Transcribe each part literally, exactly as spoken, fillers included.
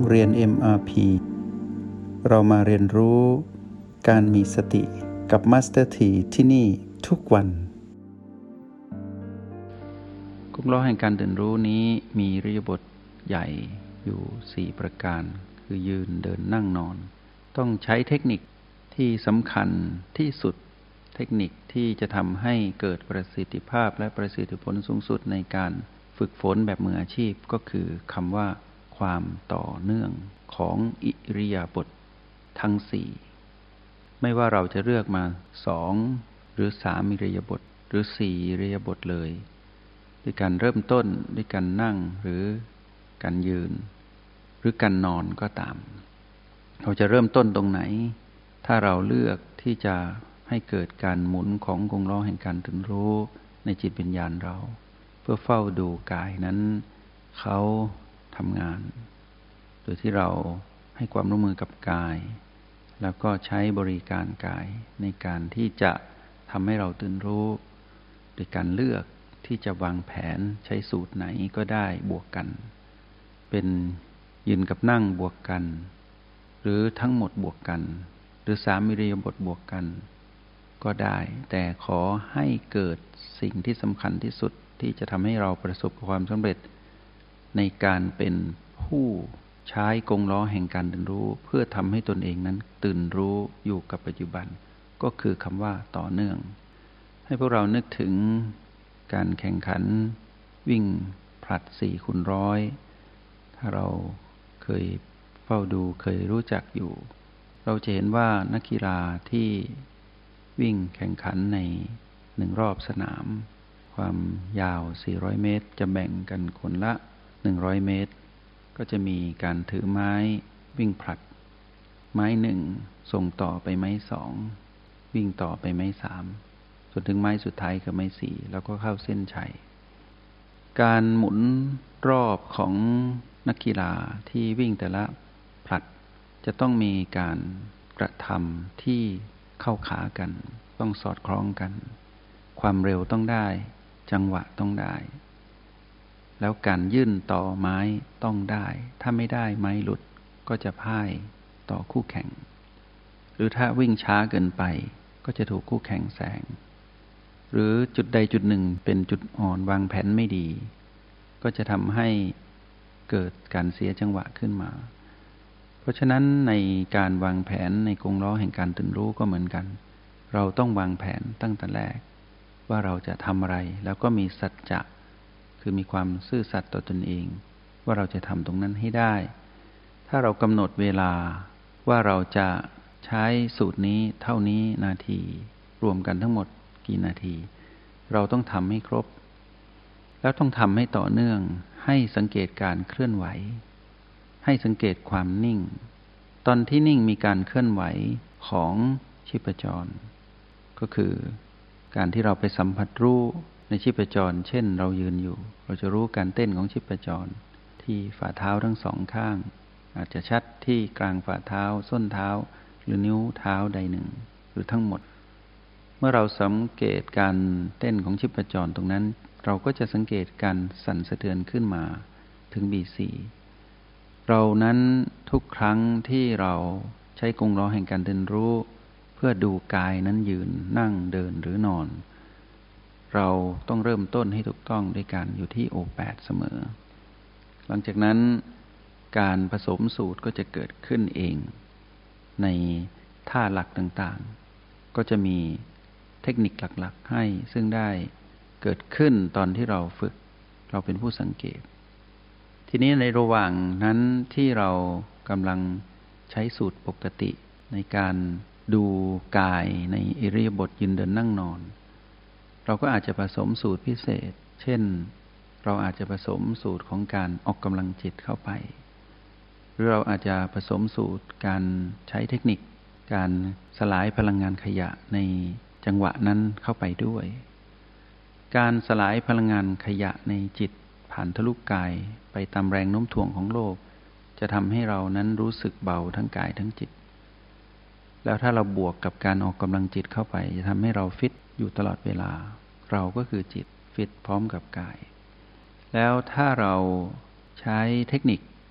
เรียน เอ็ม อาร์ พี เรามาเรียนรู้การมีสติกับ Master T ที่นี่ทุกวันกลุ่มล้อแห่งการตื่นรู้นี้มีอิริยาบถใหญ่อยู่สี่ประการคือยืนเดินนั่งนอนต้องใช้เทคนิคที่สำคัญที่สุดเทคนิคที่จะทำให้เกิดประสิทธิภาพและประสิทธิผลสูงสุดในการฝึกฝนแบบมืออาชีพก็คือคำว่าความต่อเนื่องของอิริยาบถทั้งสี่ไม่ว่าเราจะเลือกมาสองหรือสามอิริยาบถหรือสี่อิริยาบถเลยด้วยการเริ่มต้นด้วยการนั่งหรือการยืนหรือการนอนก็ตามเราจะเริ่มต้นตรงไหนถ้าเราเลือกที่จะให้เกิดการหมุนของกงล้อแห่งการตื่นรู้ในจิตวิญญาณเราเพื่อเฝ้าดูกายนั้นเขาทำงานโดยที่เราให้ความร่วมมือกับกายแล้วก็ใช้บริการกายในการที่จะทำให้เราตื่นรู้โดยการเลือกที่จะวางแผนใช้สูตรไหนก็ได้บวกกันเป็นยืนกับนั่งบวกกันหรือทั้งหมดบวกกันหรือสามอิริยาบถบวกกันก็ได้แต่ขอให้เกิดสิ่งที่สำคัญที่สุดที่จะทำให้เราประสบความสำเร็จในการเป็นผู้ใช้กงล้อแห่งการตื่นรู้เพื่อทำให้ตนเองนั้นตื่นรู้อยู่กับปัจจุบันก็คือคำว่าต่อเนื่องให้พวกเรานึกถึงการแข่งขันวิ่งผลัดสี่คูณร้อยถ้าเราเคยเฝ้าดูเคยรู้จักอยู่เราจะเห็นว่านักกีฬาที่วิ่งแข่งขันในหนึ่งรอบสนามความยาวสี่ร้อยเมตรจะแบ่งกันคนละหนึ่งร้อยเมตรก็จะมีการถือไม้วิ่งผลัดไม้หนึ่งส่งต่อไปไม้สองวิ่งต่อไปไม้สามจนถึงไม้สุดท้ายคือไม้สี่แล้วก็เข้าเส้นชัยการหมุนรอบของนักกีฬาที่วิ่งแต่ละผลัดจะต้องมีการกระทำที่เข้าขากันต้องสอดคล้องกันความเร็วต้องได้จังหวะต้องได้แล้วการยื่นต่อไม้ต้องได้ถ้าไม่ได้ไม้หลุดก็จะพ่ายต่อคู่แข่งหรือถ้าวิ่งช้าเกินไปก็จะถูกคู่แข่งแซงหรือจุดใดจุดหนึ่งเป็นจุดอ่อนวางแผนไม่ดีก็จะทำให้เกิดการเสียจังหวะขึ้นมาเพราะฉะนั้นในการวางแผนในกงล้อแห่งการตื่นรู้ก็เหมือนกันเราต้องวางแผนตั้งแต่แรกว่าเราจะทำอะไรแล้วก็มีสัจจะคือมีความซื่อสัตย์ต่อตนเองว่าเราจะทำตรงนั้นให้ได้ถ้าเรากำหนดเวลาว่าเราจะใช้สูตรนี้เท่านี้นาทีรวมกันทั้งหมดกี่นาทีเราต้องทำให้ครบแล้วต้องทำให้ต่อเนื่องให้สังเกตการเคลื่อนไหวให้สังเกตความนิ่งตอนที่นิ่งมีการเคลื่อนไหวของชีพจรก็คือการที่เราไปสัมผัสรู้ในชีพจรเช่นเรายืนอยู่เราจะรู้การเต้นของชีพจรที่ฝ่าเท้าทั้งสองข้างอาจจะชัดที่กลางฝ่าเท้าส้นเท้าหรือนิ้วเท้าใดหนึ่งหรือทั้งหมดเมื่อเราสังเกตการเต้นของชีพจรตรงนั้นเราก็จะสังเกตการสั่นสะเทือนขึ้นมาถึง บี โฟร์ เรานั้นทุกครั้งที่เราใช้กงล้อแห่งการตื่นรู้เพื่อดูกายนั้นยืนนั่งเดินหรือนอนเราต้องเริ่มต้นให้ถูกต้องด้วยการอยู่ที่ โอ แปด เสมอหลังจากนั้นการผสมสูตรก็จะเกิดขึ้นเองในท่าหลักต่างๆก็จะมีเทคนิคหลักๆให้ซึ่งได้เกิดขึ้นตอนที่เราฝึกเราเป็นผู้สังเกตทีนี้ในระหว่างนั้นที่เรากำลังใช้สูตรปกติในการดูกายในอิริยาบถยืนเดินนั่งนอนเราก็อาจจะผสมสูตรพิเศษเช่นเราอาจจะผสมสูตรของการออกกำลังจิตเข้าไปหรือเราอาจจะผสมสูตรการใช้เทคนิคการสลายพลังงานขยะในจังหวะนั้นเข้าไปด้วยการสลายพลังงานขยะในจิตผ่านทะลุกายไปตามแรงโน้มถ่วงของโลกจะทำให้เรานั้นรู้สึกเบาทั้งกายทั้งจิตแล้วถ้าเราบวกกับการออกกำลังจิตเข้าไปจะทำให้เราฟิตอยู่ตลอดเวลาเราก็คือจิตฟิตพร้อมกับกายแล้วถ้าเราใช้เทคนิค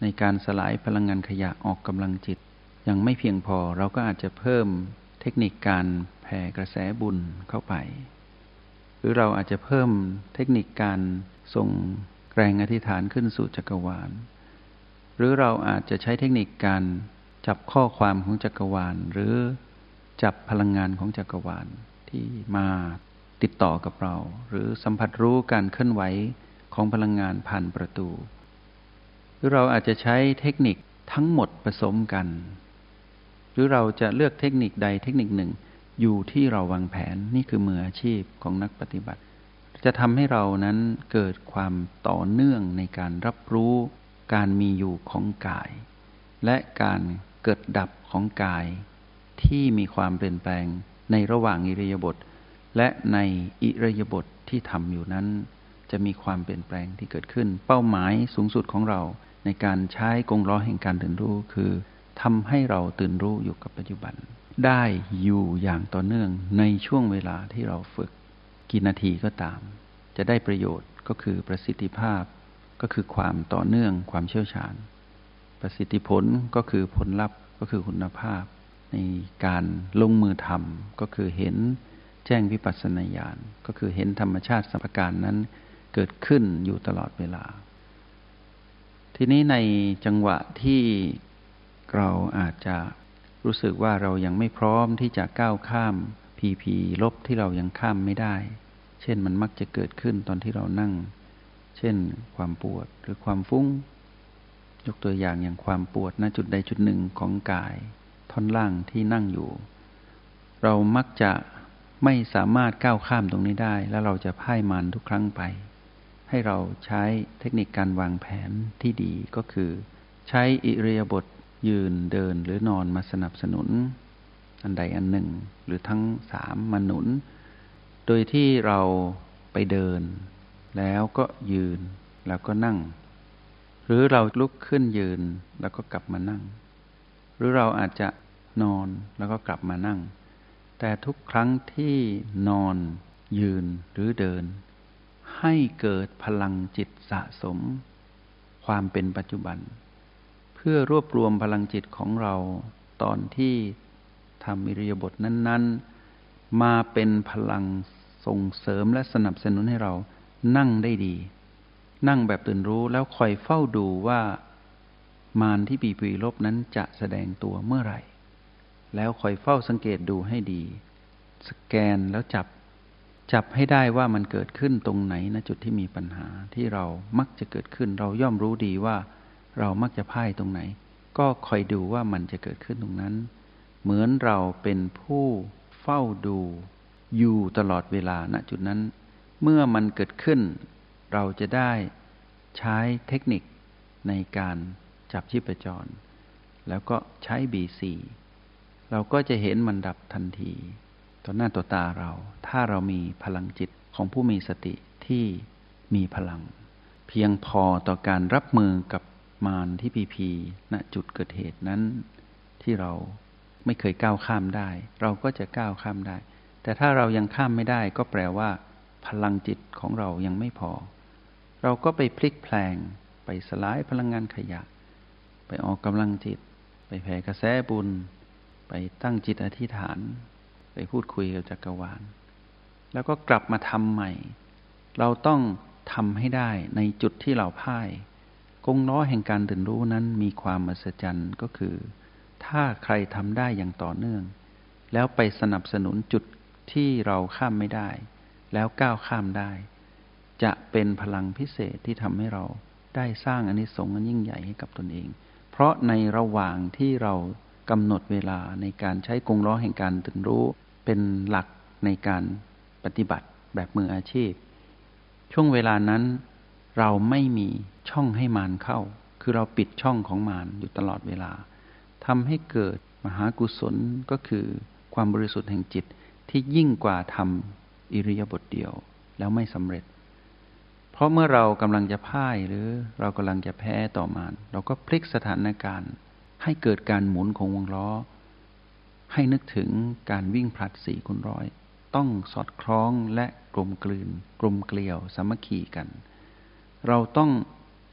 ในการสลายพลังงานขยะออกกำลังจิตยังไม่เพียงพอเราก็อาจจะเพิ่มเทคนิคการแผ่กระแสบุญเข้าไปหรือเราอาจจะเพิ่มเทคนิคการส่งแรงอธิษฐานขึ้นสู่จักรวาลหรือเราอาจจะใช้เทคนิคการจับข้อความของจักรวาลหรือจับพลังงานของจักรวาลที่มาติดต่อกับเราหรือสัมผัสรู้การเคลื่อนไหวของพลังงานผ่านประตูหรือเราอาจจะใช้เทคนิคทั้งหมดผสมกันหรือเราจะเลือกเทคนิคใดเทคนิคหนึ่งอยู่ที่เราวางแผนนี่คือมืออาชีพของนักปฏิบัติจะทำให้เรานั้นเกิดความต่อเนื่องในการรับรู้การมีอยู่ของกายและการเกิดดับของกายที่มีความเปลี่ยนแปลงในระหว่างอิริยาบถและในอิริยาบถที่ทำอยู่นั้นจะมีความเปลี่ยนแปลงที่เกิดขึ้นเป้าหมายสูงสุดของเราในการใช้กงล้อแห่งการตื่นรู้คือทำให้เราตื่นรู้อยู่กับปัจจุบันได้อยู่อย่างต่อเนื่องในช่วงเวลาที่เราฝึกกี่นาทีก็ตามจะได้ประโยชน์ก็คือประสิทธิภาพก็คือความต่อเนื่องความเชี่ยวชาญประสิทธิผลก็คือผลลัพธ์ก็คือคุณภาพในการลงมือทำก็คือเห็นแจ้งวิปัสสนาญาณก็คือเห็นธรรมชาติสัมปการนั้นเกิดขึ้นอยู่ตลอดเวลาทีนี้ในจังหวะที่เราอาจจะรู้สึกว่าเรายังไม่พร้อมที่จะก้าวข้ามพีพีลบที่เรายังข้ามไม่ได้เช่นมันมักจะเกิดขึ้นตอนที่เรานั่งเช่นความปวดหรือความฟุ้งยกตัวอย่างอย่างความปวดณจุดใดจุดหนึ่งของกายท่อนล่างที่นั่งอยู่เรามักจะไม่สามารถก้าวข้ามตรงนี้ได้และเราจะพ่ายมันทุกครั้งไปให้เราใช้เทคนิคการวางแผนที่ดีก็คือใช้อิริยาบถยืนเดินหรือนอนมาสนับสนุนอันใดอันหนึ่งหรือทั้งสามมาหนุนโดยที่เราไปเดินแล้วก็ยืนแล้วก็นั่งหรือเราลุกขึ้นยืนแล้วก็กลับมานั่งหรือเราอาจจะนอนแล้วก็กลับมานั่งแต่ทุกครั้งที่นอนยืนหรือเดินให้เกิดพลังจิตสะสมความเป็นปัจจุบันเพื่อรวบรวมพลังจิตของเราตอนที่ทำอิริยาบถนั้นๆมาเป็นพลังส่งเสริมและสนับสนุนให้เรานั่งได้ดีนั่งแบบตื่นรู้แล้วคอยเฝ้าดูว่ามารที่ปีปีลบนั้นจะแสดงตัวเมื่อไหร่แล้วคอยเฝ้าสังเกตดูให้ดีสแกนแล้วจับจับให้ได้ว่ามันเกิดขึ้นตรงไหนณจุดที่มีปัญหาที่เรามักจะเกิดขึ้นเราย่อมรู้ดีว่าเรามักจะพ่ายตรงไหนก็คอยดูว่ามันจะเกิดขึ้นตรงนั้นเหมือนเราเป็นผู้เฝ้าดูอยู่ตลอดเวลาณจุดนั้นเมื่อมันเกิดขึ้นเราจะได้ใช้เทคนิคในการจับชีพจรแล้วก็ใช้ บี โฟร์ เราก็จะเห็นมันดับทันทีต่อหน้าต่อตาเราถ้าเรามีพลังจิตของผู้มีสติที่มีพลังเพียงพอต่อการรับมือกับมารที่พีพีณจุดเกิดเหตุนั้นที่เราไม่เคยก้าวข้ามได้เราก็จะก้าวข้ามได้แต่ถ้าเรายังข้ามไม่ได้ก็แปลว่าพลังจิตของเรายังไม่พอเราก็ไปพลิกแพลงไปสลายพลังงานขยะไปออกกำลังจิตไปแผ่กระแสบุญไปตั้งจิตอธิษฐานไปพูดคุยกับจักรวาลแล้วก็กลับมาทำใหม่เราต้องทำให้ได้ในจุดที่เราพ่ายกงล้อแห่งการตื่นรู้นั้นมีความมหัศจรรย์ก็คือถ้าใครทำได้อย่างต่อเนื่องแล้วไปสนับสนุนจุดที่เราข้ามไม่ได้แล้วก้าวข้ามได้จะเป็นพลังพิเศษที่ทำให้เราได้สร้างอานิสงส์อันยิ่งใหญ่ให้กับตนเองเพราะในระหว่างที่เรากำหนดเวลาในการใช้กงล้อแห่งการตื่นรู้เป็นหลักในการปฏิบัติแบบมืออาชีพช่วงเวลานั้นเราไม่มีช่องให้มารเข้าคือเราปิดช่องของมารอยู่ตลอดเวลาทำให้เกิดมหากุศลก็คือความบริสุทธิ์แห่งจิตที่ยิ่งกว่าทำอิริยาบถเดียวแล้วไม่สำเร็จเพราะเมื่อเรากำลังจะพ่ายหรือเรากำลังจะแพ้ต่อมารเราก็พลิกสถานการณ์ให้เกิดการหมุนของวงล้อให้นึกถึงการวิ่งผลัดสี่คูณร้อยต้องสอดคล้องและกลมกลืนกลมเกลียวสามัคคีกันเราต้อง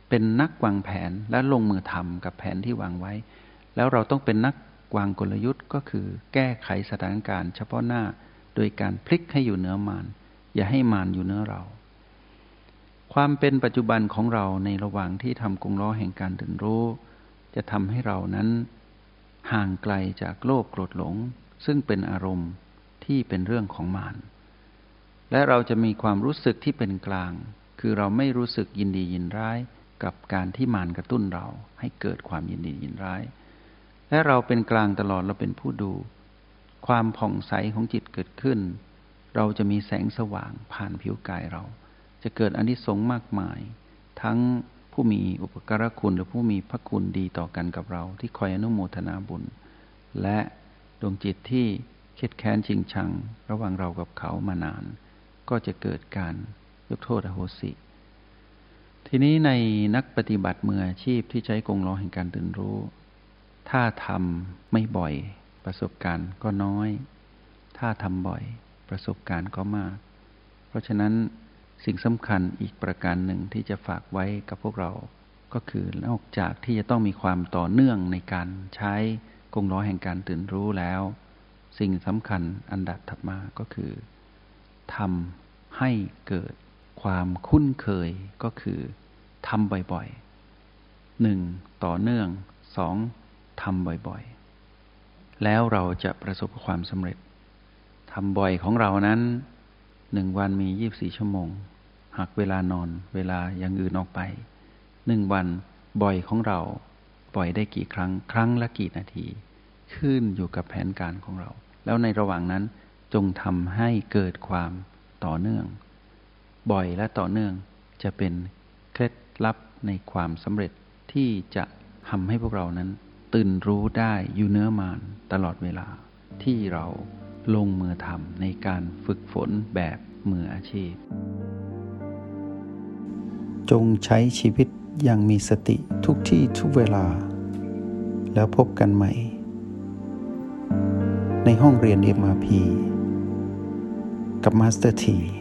เป็นนักวางแผนและลงมือทำกับแผนที่วางไว้แล้วเราต้องเป็นนักวางกลยุทธ์ก็คือแก้ไขสถานการณ์เฉพาะหน้าโดยการพลิกให้อยู่เหนือมารอย่าให้มารอยู่เหนือเราความเป็นปัจจุบันของเราในระหว่างที่ทำกงล้อแห่งการตื่นรู้จะทำให้เรานั้นห่างไกลจากโลภโกรธหลงซึ่งเป็นอารมณ์ที่เป็นเรื่องของมารและเราจะมีความรู้สึกที่เป็นกลางคือเราไม่รู้สึกยินดียินร้ายกับการที่มารกระตุ้นเราให้เกิดความยินดียินร้ายและเราเป็นกลางตลอดเราเป็นผู้ดูความผ่องใสของจิตเกิดขึ้นเราจะมีแสงสว่างผ่านผิวกายเราจะเกิดอานิสงส์มากมายทั้งผู้มีอุปการะคุณหรือผู้มีพระคุณดีต่อกันกับเราที่คอยอนุโมทนาบุญและดวงจิตที่เครียดแค้นชิงชังระหว่างเรากับเขามานานก็จะเกิดการยกโทษอโหสิทีนี้ในนักปฏิบัติมืออาชีพที่ใช้กงล้อแห่งการตื่นรู้ถ้าทำไม่บ่อยประสบการณ์ก็น้อยถ้าทำบ่อยประสบการณ์ก็มากเพราะฉะนั้นสิ่งสำคัญอีกประการหนึ่งที่จะฝากไว้กับพวกเราก็คือนอกจากที่จะต้องมีความต่อเนื่องในการใช้กงล้อแห่งการตื่นรู้แล้วสิ่งสำคัญอันดับถัดมาก็คือทำให้เกิดความคุ้นเคยก็คือทำบ่อยๆหนึ่งต่อเนื่องสองทำบ่อยๆแล้วเราจะประสบความสำเร็จทำบ่อยของเรานั้นหนึ่งวันมียี่สิบสี่ชั่วโมงหักเวลานอนเวลาอย่างอื่นออกไปหนึ่งวันบ่อยของเราบ่อยได้กี่ครั้งครั้งละกี่นาทีขึ้นอยู่กับแผนการของเราแล้วในระหว่างนั้นจงทำให้เกิดความต่อเนื่องบ่อยและต่อเนื่องจะเป็นเคล็ดลับในความสำเร็จที่จะทำให้พวกเรานั้นตื่นรู้ได้อยู่เหนือมารตลอดเวลาที่เราลงมือทำในการฝึกฝนแบบมืออาชีพจงใช้ชีวิตอย่างมีสติทุกที่ทุกเวลาแล้วพบกันใหม่ในห้องเรียน เอ็ม อาร์ พี กับมาสเตอร์ที